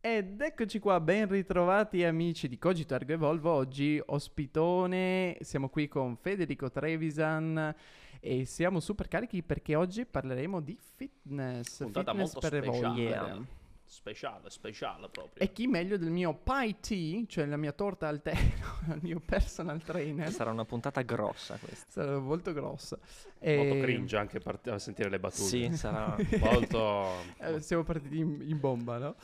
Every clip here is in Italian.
Ed eccoci qua, ben ritrovati amici di Cogito Ergo Evolvo. Oggi ospitone, siamo qui con Federico Trevisan e siamo super carichi perché oggi parleremo di fitness, Puntata fitness molto per speciale. evolvere. Speciale proprio. E chi meglio del mio pie tea, cioè la mia torta al tè, il mio personal trainer. Sarà una puntata grossa questa. Sarà molto grossa. Molto cringe anche a sentire le battute. Sì, sarà Molto... Siamo partiti in bomba, no?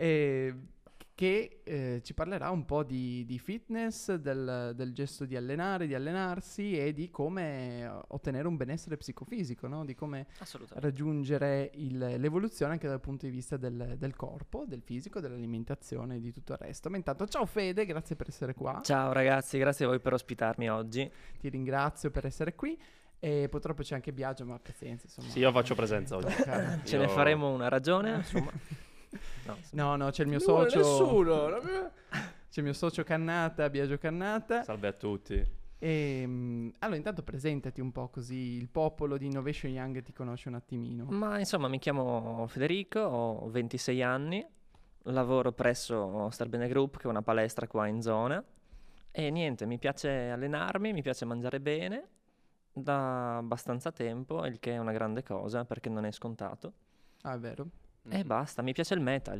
Che ci parlerà un po' di fitness, del gesto di allenare, di allenarsi e di come ottenere un benessere psicofisico, no? Di come assolutamente raggiungere l'evoluzione anche dal punto di vista del corpo, del fisico, dell'alimentazione e di tutto il resto. Ma intanto ciao Fede, grazie per essere qua. Ciao ragazzi, grazie a voi per ospitarmi oggi. Ti ringrazio per essere qui. E purtroppo c'è anche Biagio, ma pazienza, insomma. Sì, io faccio presenza oggi. Ce ne faremo una ragione, insomma. No, c'è il mio Non vuole socio. nessuno. C'è il mio socio Cannata, Biagio Cannata. Salve a tutti. Allora, intanto presentati un po' così il popolo di Innovation Young ti conosce un attimino. Ma insomma, mi chiamo Federico, ho 26 anni, lavoro presso Starbene Group, che è una palestra qua in zona. E niente, mi piace allenarmi, mi piace mangiare bene da abbastanza tempo, il che è una grande cosa perché non è scontato. Ah, è vero? E basta, mi piace il metal.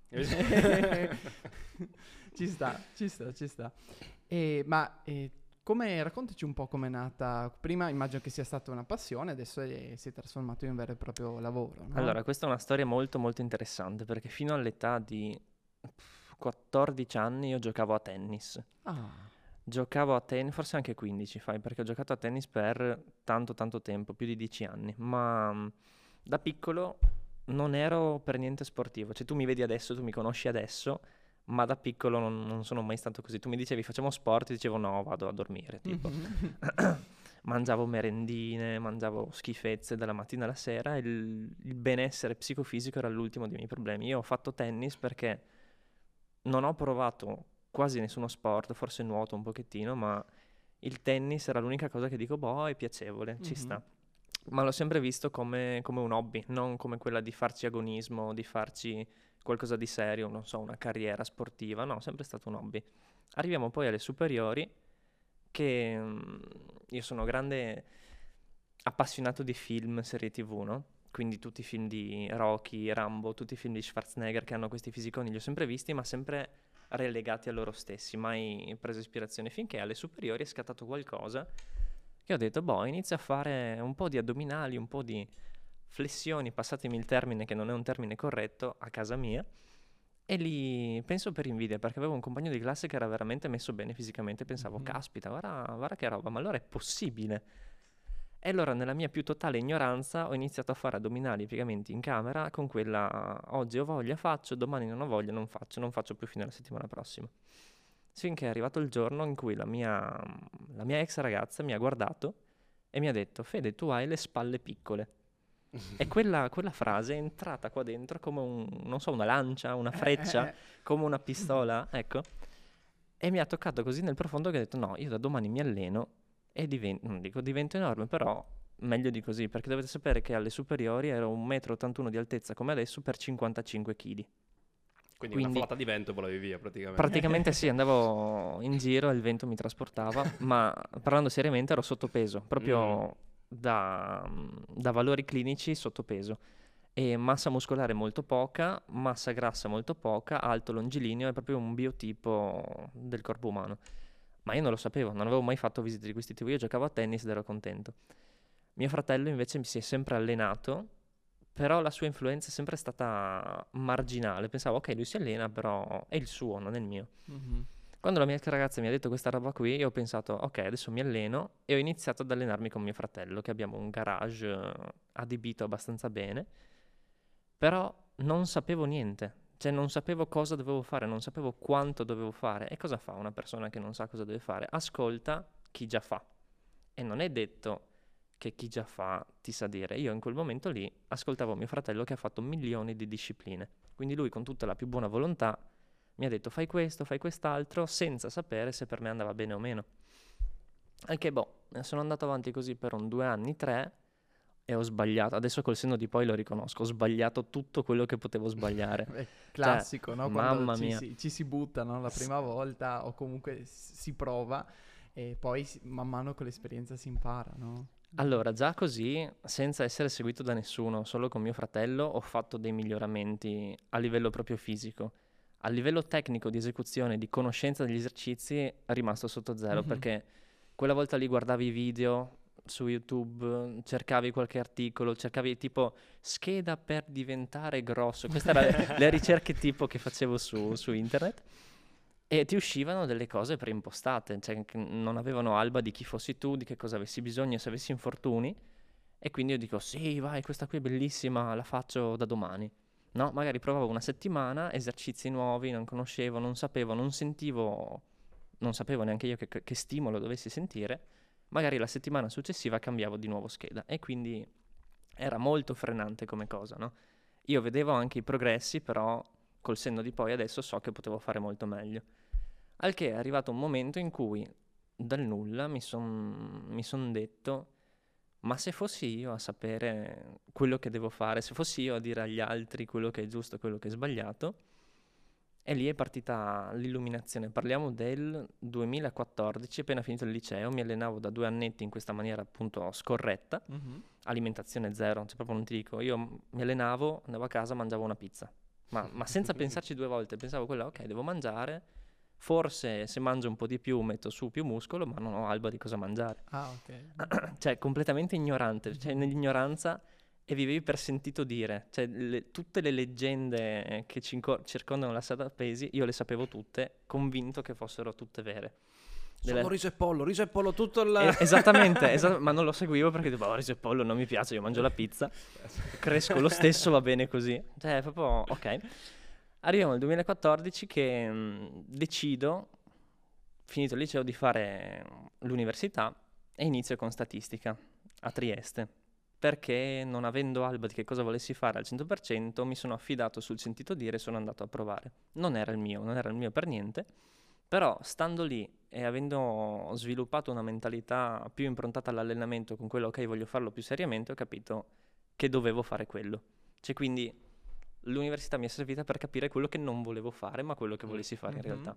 Ci sta. Raccontaci un po' com'è nata. Prima immagino che sia stata una passione, adesso si è trasformato in un vero e proprio lavoro, no? Allora, questa è una storia molto molto interessante perché fino all'età di 14 anni io giocavo a tennis. Giocavo a tennis, forse anche 15 fai, perché ho giocato a tennis per tanto tempo, più di 10 anni, ma da piccolo non ero per niente sportivo. Cioè tu mi vedi adesso, tu mi conosci adesso, ma da piccolo non sono mai stato così. Tu mi dicevi facciamo sport, io dicevo no, vado a dormire, tipo. Mangiavo merendine, mangiavo schifezze dalla mattina alla sera e il benessere psicofisico era l'ultimo dei miei problemi. Io ho fatto tennis perché non ho provato quasi nessuno sport, forse nuoto un pochettino, ma il tennis era l'unica cosa che dico, boh, è piacevole, ci sta. Ma l'ho sempre visto come un hobby, non come quella di farci agonismo, di farci qualcosa di serio, non so, una carriera sportiva, no, sempre stato un hobby. Arriviamo poi alle superiori, che io sono grande appassionato di film, serie TV, no? Quindi tutti i film di Rocky, Rambo, tutti i film di Schwarzenegger che hanno questi fisiconi li ho sempre visti, ma sempre relegati a loro stessi, mai preso ispirazione, finché alle superiori è scattato qualcosa che ho detto, boh, inizio a fare un po' di addominali, un po' di flessioni, passatemi il termine che non è un termine corretto, a casa mia, e lì penso per invidia, perché avevo un compagno di classe che era veramente messo bene fisicamente, pensavo, caspita, guarda che roba, ma allora è possibile. E allora nella mia più totale ignoranza ho iniziato a fare addominali, piegamenti in camera con quella oggi ho voglia faccio, domani non ho voglia non faccio più fino alla settimana prossima. Finché è arrivato il giorno in cui la mia ex ragazza mi ha guardato e mi ha detto Fede, tu hai le spalle piccole. E quella frase è entrata qua dentro come non so, una lancia, una freccia, come una pistola, ecco. E mi ha toccato così nel profondo che ho detto no, io da domani mi alleno e non dico divento enorme, però meglio di così, perché dovete sapere che alle superiori ero 1,81 m di altezza come adesso per 55 kg. Quindi una folata di vento volavi via praticamente. Praticamente sì, andavo in giro e il vento mi trasportava, ma parlando seriamente ero sottopeso, proprio da valori clinici sottopeso. E massa muscolare molto poca, massa grassa molto poca, alto longilineo, è proprio un biotipo del corpo umano. Ma io non lo sapevo, non avevo mai fatto visite di questo tipo, io giocavo a tennis ed ero contento. Mio fratello invece mi si è sempre allenato, però la sua influenza è sempre stata marginale. Pensavo, ok, lui si allena, però è il suo, non è il mio. Quando la mia ragazza mi ha detto questa roba qui, io ho pensato, ok, adesso mi alleno e ho iniziato ad allenarmi con mio fratello, che abbiamo un garage adibito abbastanza bene, però non sapevo niente. Cioè non sapevo cosa dovevo fare, non sapevo quanto dovevo fare. E cosa fa una persona che non sa cosa deve fare? Ascolta chi già fa. E non è detto che chi già fa ti sa dire. Io in quel momento lì ascoltavo mio fratello che ha fatto milioni di discipline. Quindi lui con tutta la più buona volontà mi ha detto fai questo, fai quest'altro, senza sapere se per me andava bene o meno. Anche sono andato avanti così per 2 anni, 3, e ho sbagliato. Adesso col senno di poi lo riconosco, ho sbagliato tutto quello che potevo sbagliare. Classico, no? Quando Mamma mia. ci si butta, no? La prima volta o comunque si prova e poi man mano con l'esperienza si impara, no? Allora, già così, senza essere seguito da nessuno, solo con mio fratello, ho fatto dei miglioramenti a livello proprio fisico. A livello tecnico di esecuzione, di conoscenza degli esercizi, è rimasto sotto zero, perché quella volta lì guardavi i video su YouTube, cercavi qualche articolo, cercavi tipo scheda per diventare grosso. Queste erano le ricerche tipo che facevo su internet. E ti uscivano delle cose preimpostate, cioè che non avevano alba di chi fossi tu, di che cosa avessi bisogno, se avessi infortuni. E quindi io dico, sì, vai, questa qui è bellissima, la faccio da domani. No, magari provavo una settimana, esercizi nuovi, non conoscevo, non sapevo, non sentivo, non sapevo neanche io che stimolo dovessi sentire. Magari la settimana successiva cambiavo di nuovo scheda e quindi era molto frenante come cosa, no? Io vedevo anche i progressi, però col senno di poi adesso so che potevo fare molto meglio. Al che è arrivato un momento in cui dal nulla mi son detto, ma se fossi io a sapere quello che devo fare, se fossi io a dire agli altri quello che è giusto e quello che è sbagliato, e lì è partita l'illuminazione. Parliamo del 2014, appena finito il liceo, mi allenavo da 2 annetti in questa maniera appunto scorretta, alimentazione zero, cioè proprio non ti dico, io mi allenavo, andavo a casa, mangiavo una pizza, ma senza pensarci 2 volte, pensavo quella, ok, devo mangiare, forse se mangio un po' di più metto su più muscolo, ma non ho alba di cosa mangiare. Ah, ok. Cioè completamente ignorante, cioè nell'ignoranza, e vivevi per sentito dire, cioè tutte le leggende che circondano la strada Pesi, io le sapevo tutte, convinto che fossero tutte vere. Sono riso e pollo, tutto il... Esattamente, ma non lo seguivo perché dicevo, riso e pollo non mi piace, io mangio la pizza, cresco lo stesso, va bene così. Cioè, proprio, ok. Arriviamo nel 2014 che decido, finito il liceo, di fare l'università e inizio con statistica a Trieste. Perché non avendo alba di che cosa volessi fare al 100%, mi sono affidato sul sentito dire e sono andato a provare. Non era il mio per niente, però stando lì e avendo sviluppato una mentalità più improntata all'allenamento con quello, ok, voglio farlo più seriamente, ho capito che dovevo fare quello. Cioè quindi l'università mi è servita per capire quello che non volevo fare, ma quello che volessi fare in realtà.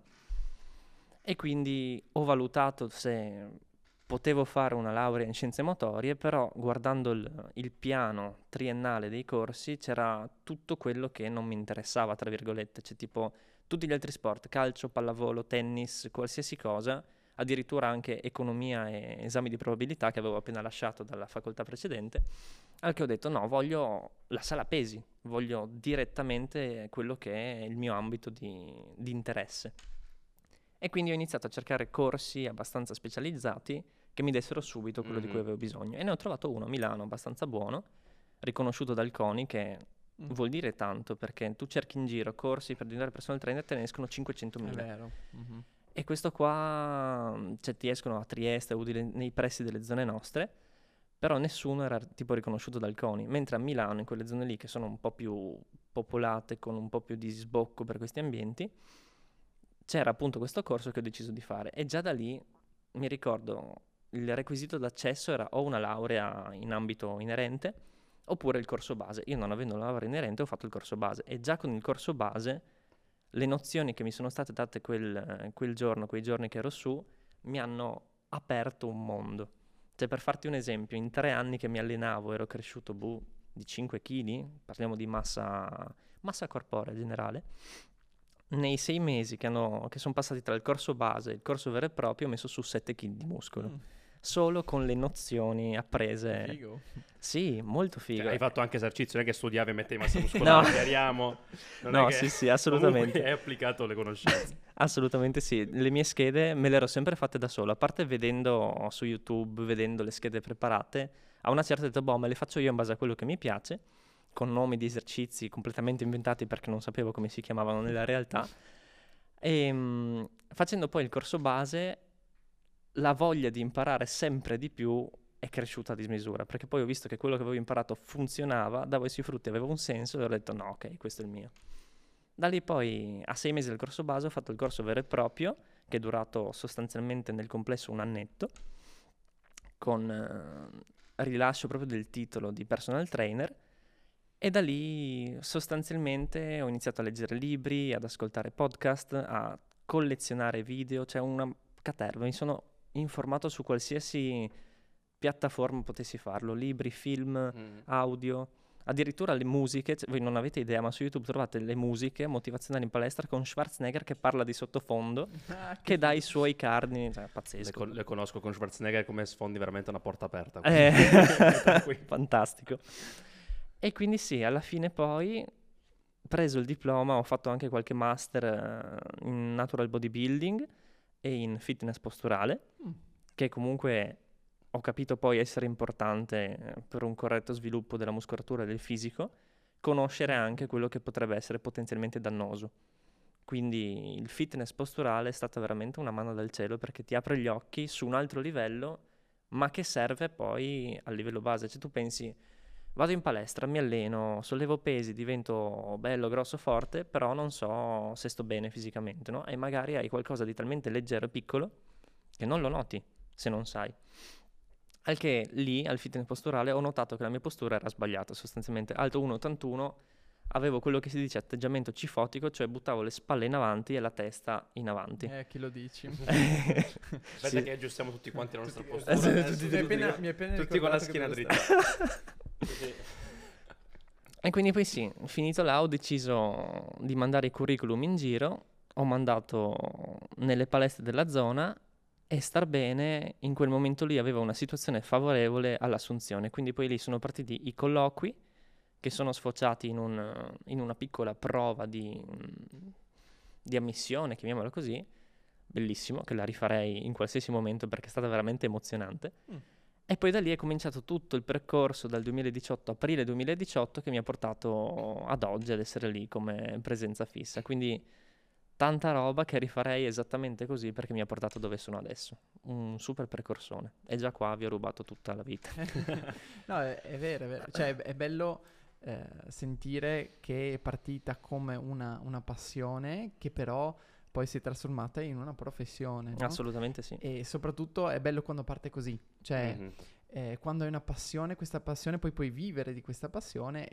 E quindi ho valutato se potevo fare una laurea in scienze motorie, però guardando il piano triennale dei corsi c'era tutto quello che non mi interessava, tra virgolette, cioè tipo tutti gli altri sport, calcio, pallavolo, tennis, qualsiasi cosa, addirittura anche economia e esami di probabilità che avevo appena lasciato dalla facoltà precedente, al che ho detto no, voglio la sala pesi, voglio direttamente quello che è il mio ambito di interesse. E quindi ho iniziato a cercare corsi abbastanza specializzati che mi dessero subito quello di cui avevo bisogno. E ne ho trovato uno a Milano abbastanza buono, riconosciuto dal CONI, che vuol dire tanto, perché tu cerchi in giro corsi per diventare personal trainer, te ne escono 500.000. È vero. E questo qua, cioè ti escono a Trieste, Udine, nei pressi delle zone nostre, però nessuno era tipo riconosciuto dal CONI. Mentre a Milano, in quelle zone lì che sono un po' più popolate, con un po' più di sbocco per questi ambienti, c'era appunto questo corso che ho deciso di fare. E già da lì, mi ricordo, il requisito d'accesso era o una laurea in ambito inerente oppure il corso base. Io non avendo la laurea inerente ho fatto il corso base e già con il corso base le nozioni che mi sono state date quel giorno, quei giorni che ero su, mi hanno aperto un mondo. Cioè per farti un esempio, in 3 anni che mi allenavo ero cresciuto di 5 kg, parliamo di massa corporea generale. Nei 6 mesi che sono passati tra il corso base e il corso vero e proprio ho messo su 7 kg di muscolo. Solo con le nozioni apprese. Figo. Sì, molto figo. Cioè, hai fatto anche esercizio, non è che studiavi e mettevi massa muscolare, No. chiariamo. No, sì, assolutamente. Comunque hai applicato le conoscenze. Assolutamente sì. Le mie schede me le ero sempre fatte da solo, a parte vedendo su YouTube, vedendo le schede preparate, a una certa ho detto, me le faccio io in base a quello che mi piace, con nomi di esercizi completamente inventati perché non sapevo come si chiamavano nella realtà. E facendo poi il corso base, la voglia di imparare sempre di più è cresciuta a dismisura, perché poi ho visto che quello che avevo imparato funzionava, davo i suoi frutti, aveva un senso e ho detto no, ok, questo è il mio. Da lì poi a 6 mesi del corso base ho fatto il corso vero e proprio, che è durato sostanzialmente nel complesso 1 annetto, con rilascio proprio del titolo di personal trainer, e da lì sostanzialmente ho iniziato a leggere libri, ad ascoltare podcast, a collezionare video, cioè una caterva. Mi sono informato su qualsiasi piattaforma potessi farlo, libri, film, audio, addirittura le musiche, voi non avete idea, ma su YouTube trovate le musiche motivazionali in palestra con Schwarzenegger che parla di sottofondo, che dà i suoi cardini, cioè pazzesco. Le conosco con Schwarzenegger, come sfondi veramente una porta aperta. Fantastico. E quindi sì, alla fine poi, preso il diploma, ho fatto anche qualche master in natural bodybuilding e in fitness posturale, che comunque ho capito poi essere importante per un corretto sviluppo della muscolatura e del fisico, conoscere anche quello che potrebbe essere potenzialmente dannoso. Quindi il fitness posturale è stata veramente una mano dal cielo, perché ti apre gli occhi su un altro livello, ma che serve poi al livello base. Cioè tu pensi, vado in palestra, mi alleno, sollevo pesi, divento bello, grosso, forte, però non so se sto bene fisicamente, no? E magari hai qualcosa di talmente leggero e piccolo che non lo noti se non sai. Al che lì, al fitness posturale, ho notato che la mia postura era sbagliata, sostanzialmente alto 1,81, avevo quello che si dice atteggiamento cifotico, cioè buttavo le spalle in avanti e la testa in avanti. Chi lo dici? Aspetta Sì. che aggiustiamo tutti quanti la nostra postura. Tutti con la schiena dritta. E quindi poi sì, finito là ho deciso di mandare i curriculum in giro, ho mandato nelle palestre della zona, e star bene in quel momento lì aveva una situazione favorevole all'assunzione, quindi poi lì sono partiti i colloqui che sono sfociati in una piccola prova di ammissione, chiamiamola così, bellissimo, che la rifarei in qualsiasi momento perché è stata veramente emozionante. E poi da lì è cominciato tutto il percorso dal 2018, aprile 2018, che mi ha portato ad oggi ad essere lì come presenza fissa. Quindi tanta roba che rifarei esattamente così, perché mi ha portato dove sono adesso. Un super percorsone. E già qua vi ho rubato tutta la vita. No, è vero, è vero. Cioè è bello sentire che è partita come una passione che però poi si è trasformata in una professione, no? Assolutamente sì. E soprattutto è bello quando parte così, cioè quando hai una passione, questa passione poi puoi vivere di questa passione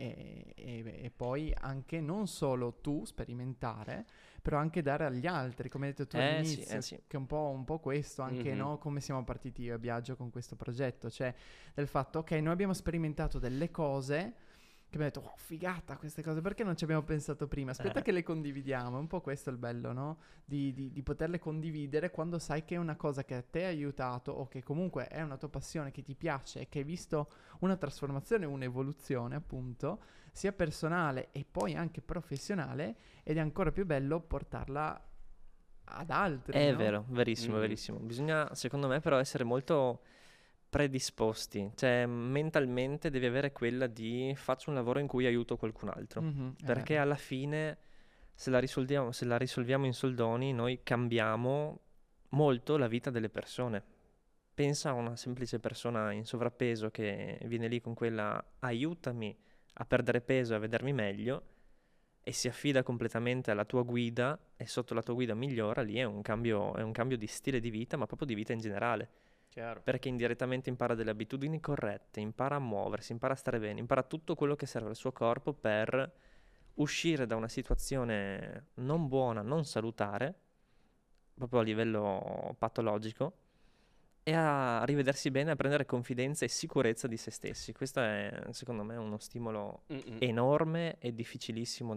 e poi anche non solo tu sperimentare, però anche dare agli altri, come hai detto tu all'inizio, sì. che è un po' questo anche, no? Come siamo partiti io e Biagio con questo progetto, cioè del fatto, ok, noi abbiamo sperimentato delle cose che mi ha detto, oh, figata queste cose, perché non ci abbiamo pensato prima? Aspetta che le condividiamo, è un po' questo il bello, no? Di poterle condividere quando sai che è una cosa che a te ha aiutato o che comunque è una tua passione, che ti piace e che hai visto una trasformazione, un'evoluzione appunto, sia personale e poi anche professionale, ed è ancora più bello portarla ad altri, È no? vero, verissimo, verissimo. Bisogna, secondo me, però essere molto predisposti, cioè mentalmente devi avere quella di faccio un lavoro in cui aiuto qualcun altro, perché alla fine se la risolviamo in soldoni noi cambiamo molto la vita delle persone. Pensa a una semplice persona in sovrappeso che viene lì con quella aiutami a perdere peso e a vedermi meglio e si affida completamente alla tua guida e sotto la tua guida migliora, lì è un cambio di stile di vita, ma proprio di vita in generale. Chiaro. Perché indirettamente impara delle abitudini corrette, impara a muoversi, impara a stare bene, impara tutto quello che serve al suo corpo per uscire da una situazione non buona, non salutare, proprio a livello patologico, e a rivedersi bene, a prendere confidenza e sicurezza di se stessi. Questo è, secondo me, uno stimolo enorme e difficilissimo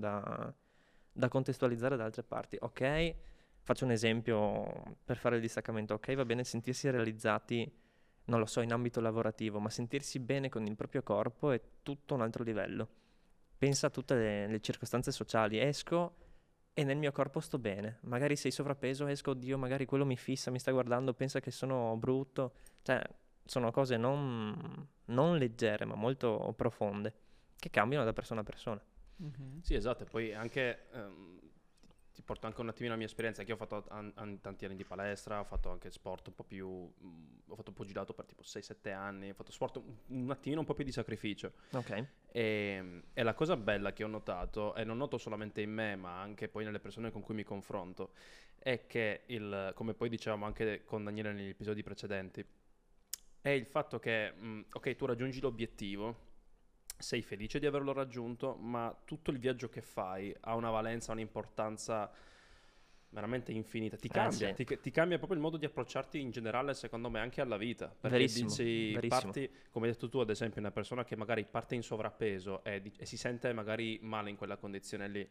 da contestualizzare da altre parti. Ok? Faccio un esempio per fare il distaccamento. Ok, va bene sentirsi realizzati, non lo so, in ambito lavorativo, ma sentirsi bene con il proprio corpo è tutto un altro livello. Pensa a tutte le circostanze sociali. Esco e nel mio corpo sto bene. Magari sei sovrappeso, esco, oddio, magari quello mi fissa, mi sta guardando, pensa che sono brutto. Cioè, sono cose non leggere, ma molto profonde, che cambiano da persona a persona. Sì, esatto, e poi anche ti porto anche un attimino la mia esperienza, che io ho fatto tanti anni di palestra, ho fatto anche sport un po' più, ho fatto un po' girato per tipo 6-7 anni, ho fatto sport un attimino un po' più di sacrificio. Ok. E la cosa bella che ho notato, e non noto solamente in me, ma anche poi nelle persone con cui mi confronto, è che come poi dicevamo anche con Daniele negli episodi precedenti, è il fatto che, ok, tu raggiungi l'obiettivo, sei felice di averlo raggiunto, ma tutto il viaggio che fai ha una valenza, un'importanza veramente infinita. Ti cambia, sì. ti cambia proprio il modo di approcciarti in generale, secondo me, anche alla vita. Perché Verissimo, dici, verissimo. parti, come hai detto tu, ad esempio, una persona che magari parte in sovrappeso e si sente magari male in quella condizione lì.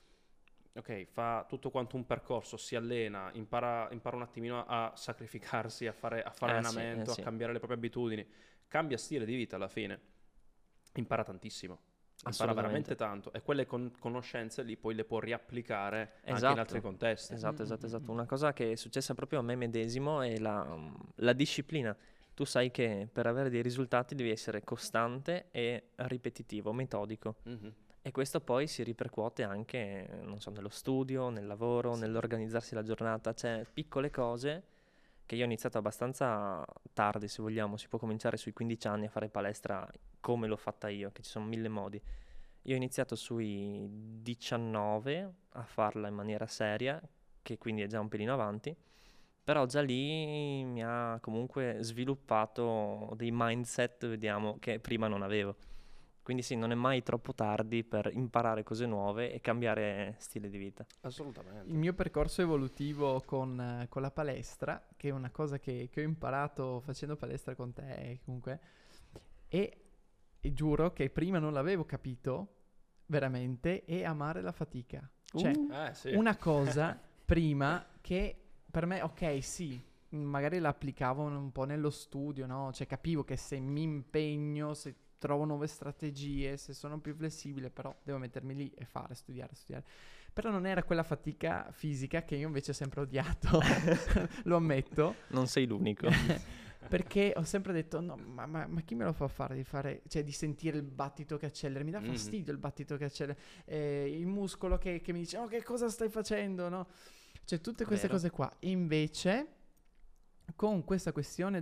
Ok, fa tutto quanto un percorso, si allena, impara un attimino a sacrificarsi, a fare allenamento, sì. a cambiare le proprie abitudini, cambia stile di vita alla fine, impara tantissimo, impara veramente tanto e quelle conoscenze lì poi le può riapplicare anche in altri contesti. Esatto. Una cosa che è successa proprio a me medesimo è la disciplina. Tu sai che per avere dei risultati devi essere costante e ripetitivo, metodico. Mm-hmm. E questo poi si ripercuote anche, non so, nello studio, nel lavoro, nell'organizzarsi la giornata. Cioè, piccole cose che io ho iniziato abbastanza tardi, se vogliamo. Si può cominciare sui 15 anni a fare palestra come l'ho fatta io, che ci sono 1000 modi. Io ho iniziato sui 19 a farla in maniera seria, che quindi è già un pelino avanti, però già lì mi ha comunque sviluppato dei mindset, vediamo, che prima non avevo. Quindi sì, non è mai troppo tardi per imparare cose nuove e cambiare stile di vita. Assolutamente. Il mio percorso evolutivo con la palestra, che è una cosa che ho imparato facendo palestra con te comunque, e giuro che prima non l'avevo capito veramente, è amare la fatica. Cioè, sì. una cosa prima che per me, ok, sì, magari la applicavo un po' nello studio, no? Cioè capivo che se mi impegno, se trovo nuove strategie, se sono più flessibile, però devo mettermi lì e studiare. Però non era quella fatica fisica che io invece ho sempre odiato, lo ammetto. Non sei l'unico. Perché ho sempre detto, no, ma chi me lo fa fare cioè di sentire il battito che accelera? Mi dà fastidio il battito che accelera. Il muscolo che mi dice, oh, che cosa stai facendo, no? Cioè tutte queste cose qua. E invece, con questa questione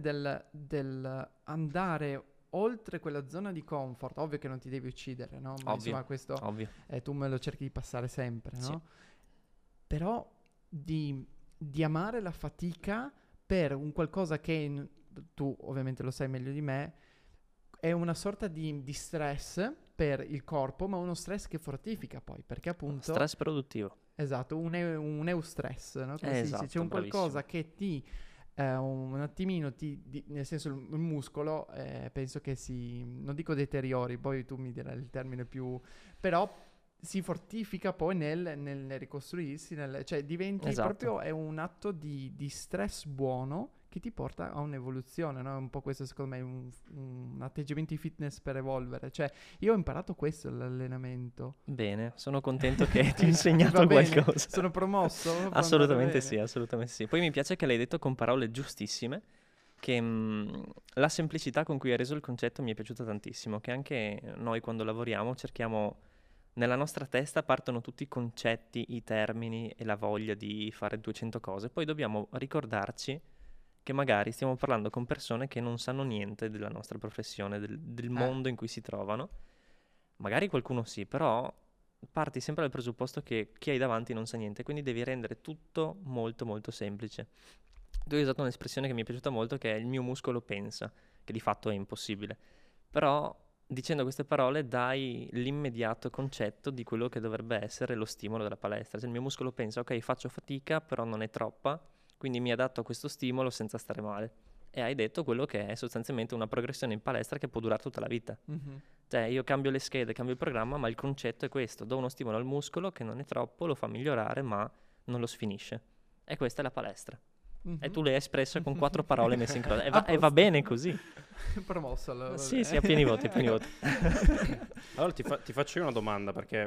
del andare oltre quella zona di comfort, ovvio che non ti devi uccidere, no? Ma ovvio, insomma questo tu me lo cerchi di passare sempre, no? Sì. Però di amare la fatica per un qualcosa che tu ovviamente lo sai meglio di me, è una sorta di stress per il corpo, ma uno stress che fortifica poi, perché appunto... Stress produttivo. Esatto, un eustress, no? Come si dice? C'è un qualcosa che ti... un attimino nel senso il muscolo penso che non dico deteriori, poi tu mi dirai il termine più, però si fortifica poi nel ricostruirsi, cioè diventi proprio, è un atto di stress buono che ti porta a un'evoluzione, no? Un po' questo secondo me è un atteggiamento di fitness per evolvere, cioè io ho imparato questo all'allenamento. Bene, sono contento che ti ho insegnato qualcosa. Sono promosso? Assolutamente sì. Poi mi piace che l'hai detto con parole giustissime, che la semplicità con cui hai reso il concetto mi è piaciuta tantissimo, che anche noi quando lavoriamo cerchiamo, nella nostra testa partono tutti i concetti, i termini e la voglia di fare 200 cose, poi dobbiamo ricordarci che magari stiamo parlando con persone che non sanno niente della nostra professione, del mondo in cui si trovano. Magari qualcuno sì, però parti sempre dal presupposto che chi hai davanti non sa niente, quindi devi rendere tutto molto molto semplice. Tu hai usato un'espressione che mi è piaciuta molto, che è il mio muscolo pensa, che di fatto è impossibile. Però dicendo queste parole dai l'immediato concetto di quello che dovrebbe essere lo stimolo della palestra. Cioè il mio muscolo pensa, ok, faccio fatica, però non è troppa, quindi mi adatto a questo stimolo senza stare male. E hai detto quello che è sostanzialmente una progressione in palestra che può durare tutta la vita. Mm-hmm. Cioè io cambio le schede, cambio il programma, ma il concetto è questo: do uno stimolo al muscolo che non è troppo, lo fa migliorare, ma non lo sfinisce. E questa è la palestra. Mm-hmm. E tu l'hai espressa con 4 parole messe in croce. E va bene così. Promosso allora. Sì, a pieni voti. Allora ti faccio io una domanda, perché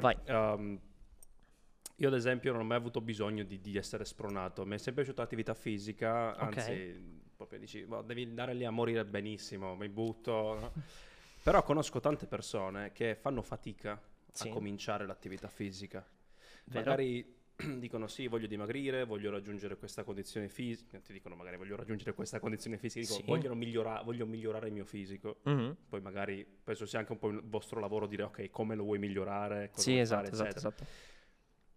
io ad esempio non ho mai avuto bisogno di essere spronato. Mi è sempre piaciuta l'attività fisica, anzi proprio dici, devi andare lì a morire benissimo, mi butto, no? Però conosco tante persone che fanno fatica a cominciare l'attività fisica. Magari dicono sì, voglio dimagrire, voglio raggiungere questa condizione fisica, ti dicono magari voglio raggiungere questa condizione fisica, dicono voglio migliorare il mio fisico. Mm-hmm. Poi magari penso sia anche un po' il vostro lavoro dire ok, come lo vuoi migliorare, cosa vuoi fare, eccetera. Esatto.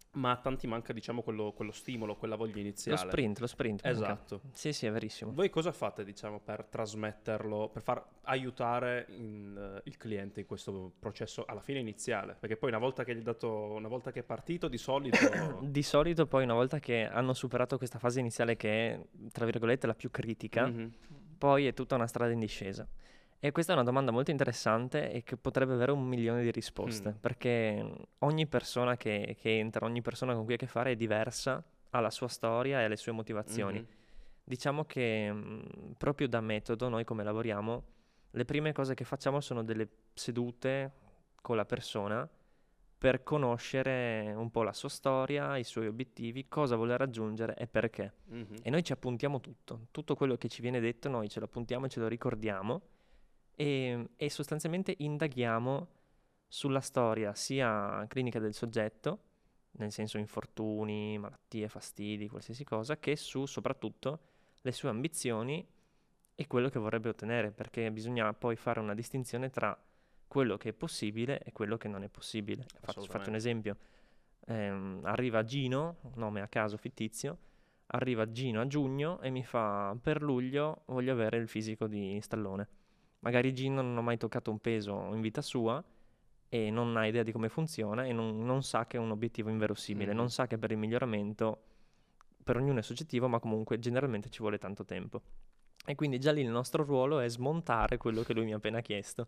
ma a tanti manca, diciamo, quello stimolo, quella voglia iniziale. Lo sprint. Esatto. Manca. Sì, è verissimo. Voi cosa fate, diciamo, per trasmetterlo, per far aiutare il cliente in questo processo alla fine iniziale? Perché poi una volta che è partito, di solito... Di solito poi una volta che hanno superato questa fase iniziale che è, tra virgolette, la più critica, poi è tutta una strada in discesa. E questa è una domanda molto interessante e che potrebbe avere 1 milione di risposte, perché ogni persona che entra, ogni persona con cui ha a che fare è diversa, ha la sua storia e le sue motivazioni. Diciamo che proprio da metodo, noi come lavoriamo, le prime cose che facciamo sono delle sedute con la persona per conoscere un po' la sua storia, i suoi obiettivi, cosa vuole raggiungere e perché. E noi ci appuntiamo tutto quello che ci viene detto noi ce lo appuntiamo e ce lo ricordiamo. E sostanzialmente indaghiamo sulla storia sia clinica del soggetto, nel senso infortuni, malattie, fastidi, qualsiasi cosa, che su soprattutto le sue ambizioni e quello che vorrebbe ottenere, perché bisogna poi fare una distinzione tra quello che è possibile e quello che non è possibile. Faccio un esempio. Arriva Gino, nome a caso fittizio, arriva Gino a giugno e mi fa: per luglio voglio avere il fisico di Stallone. Magari Gino non ha mai toccato un peso in vita sua e non ha idea di come funziona e non sa che è un obiettivo inverosimile, non sa che per il miglioramento, per ognuno è soggettivo, ma comunque generalmente ci vuole tanto tempo. E quindi già lì il nostro ruolo è smontare quello che lui mi ha appena chiesto.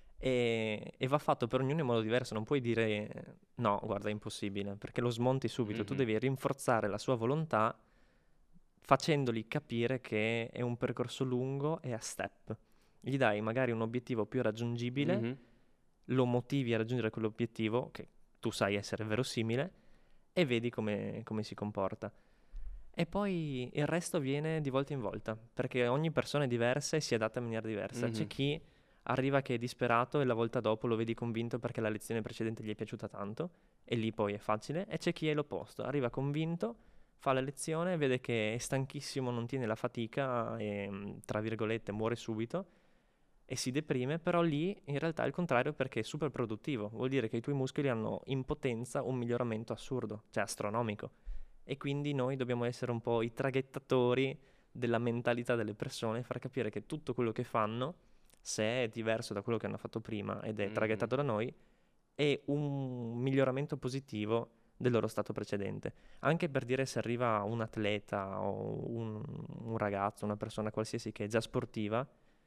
E va fatto per ognuno in modo diverso, non puoi dire no, guarda, è impossibile, perché lo smonti subito. Tu devi rinforzare la sua volontà facendogli capire che è un percorso lungo e a step. Gli dai magari un obiettivo più raggiungibile, lo motivi a raggiungere quell'obiettivo che tu sai essere verosimile e vedi come si comporta. E poi il resto viene di volta in volta, perché ogni persona è diversa e si adatta in maniera diversa. C'è chi arriva che è disperato e la volta dopo lo vedi convinto perché la lezione precedente gli è piaciuta tanto e lì poi è facile, e c'è chi è l'opposto, arriva convinto, fa la lezione, vede che è stanchissimo, non tiene la fatica e, tra virgolette, muore subito e si deprime, però lì in realtà è il contrario, perché è super produttivo, vuol dire che i tuoi muscoli hanno in potenza un miglioramento assurdo, cioè astronomico, e quindi noi dobbiamo essere un po' i traghettatori della mentalità delle persone, far capire che tutto quello che fanno, se è diverso da quello che hanno fatto prima ed è traghettato da noi, è un miglioramento positivo del loro stato precedente. Anche per dire, se arriva un atleta o un ragazzo, una persona qualsiasi che è già sportiva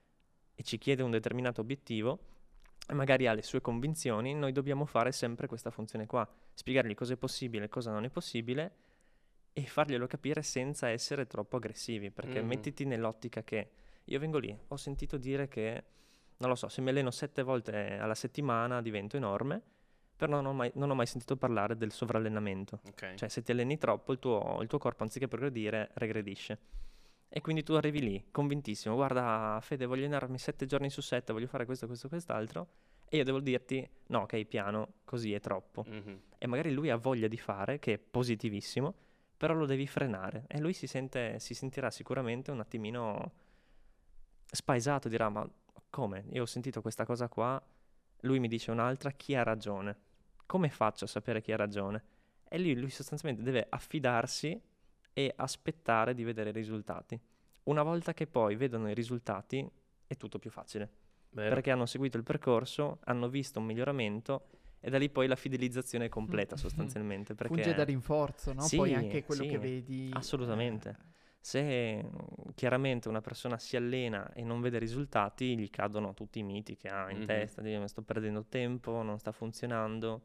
e ci chiede un determinato obiettivo e magari ha le sue convinzioni, noi dobbiamo fare sempre questa funzione qua, spiegargli cosa è possibile e cosa non è possibile e farglielo capire senza essere troppo aggressivi, perché mettiti nell'ottica che io vengo lì, ho sentito dire che, non lo so, se mi alleno 7 volte alla settimana divento enorme, però non ho mai sentito parlare del sovrallenamento. Okay. Cioè, se ti alleni troppo, il tuo corpo, anziché progredire, regredisce. E quindi tu arrivi lì, convintissimo, guarda Fede, voglio allenarmi 7 giorni su 7, voglio fare questo, questo, quest'altro, e io devo dirti, no, ok, piano, così è troppo. E magari lui ha voglia di fare, che è positivissimo, però lo devi frenare, e lui si sentirà sicuramente un attimino spaesato, dirà, ma come? Io ho sentito questa cosa qua, lui mi dice un'altra, chi ha ragione? Come faccio a sapere chi ha ragione? E lui sostanzialmente deve affidarsi e aspettare di vedere i risultati. Una volta che poi vedono i risultati è tutto più facile. Vero. Perché hanno seguito il percorso, hanno visto un miglioramento e da lì poi la fidelizzazione è completa sostanzialmente. Perché funge da rinforzo, no? Sì, Poi anche quello sì, che vedi. Assolutamente. Se chiaramente una persona si allena e non vede risultati, gli cadono tutti i miti che ha in testa, di sto perdendo tempo, non sta funzionando.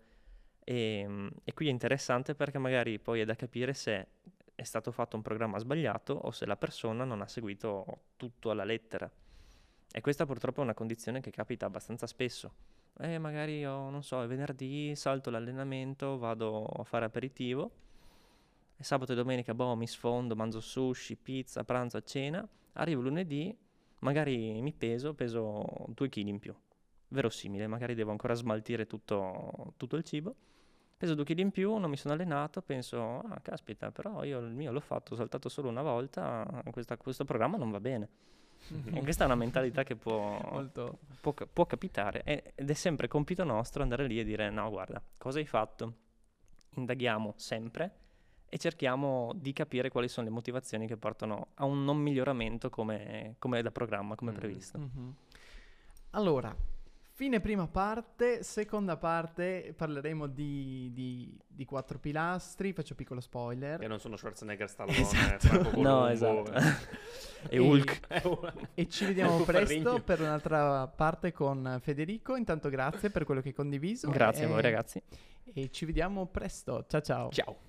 E qui è interessante perché magari poi è da capire se è stato fatto un programma sbagliato o se la persona non ha seguito tutto alla lettera. E questa purtroppo è una condizione che capita abbastanza spesso. Magari io, non so, è venerdì, salto l'allenamento, vado a fare aperitivo, e sabato e domenica, mi sfondo, mangio sushi, pizza, pranzo, cena, arrivo lunedì, magari mi peso 2 kg in più. Verosimile, magari devo ancora smaltire tutto il cibo. Peso 2 kg in più, non mi sono allenato, penso, caspita, però io il mio l'ho fatto, ho saltato solo una volta, questo programma non va bene. E questa è una mentalità che può capitare ed è sempre compito nostro andare lì e dire, no, guarda, cosa hai fatto? indaghiamo sempre e cerchiamo di capire quali sono le motivazioni che portano a un non miglioramento come da programma, come previsto. Mm-hmm. Allora, fine prima parte, seconda parte parleremo di 4 pilastri, faccio piccolo spoiler. Che non sono Schwarzenegger, Stallone, Esatto. Franco Colombo. No, esatto. E Hulk. E ci vediamo presto Ferrigno. per un'altra parte con Federico. Intanto grazie per quello che hai condiviso. Grazie a voi ragazzi. E ci vediamo presto. Ciao ciao. Ciao.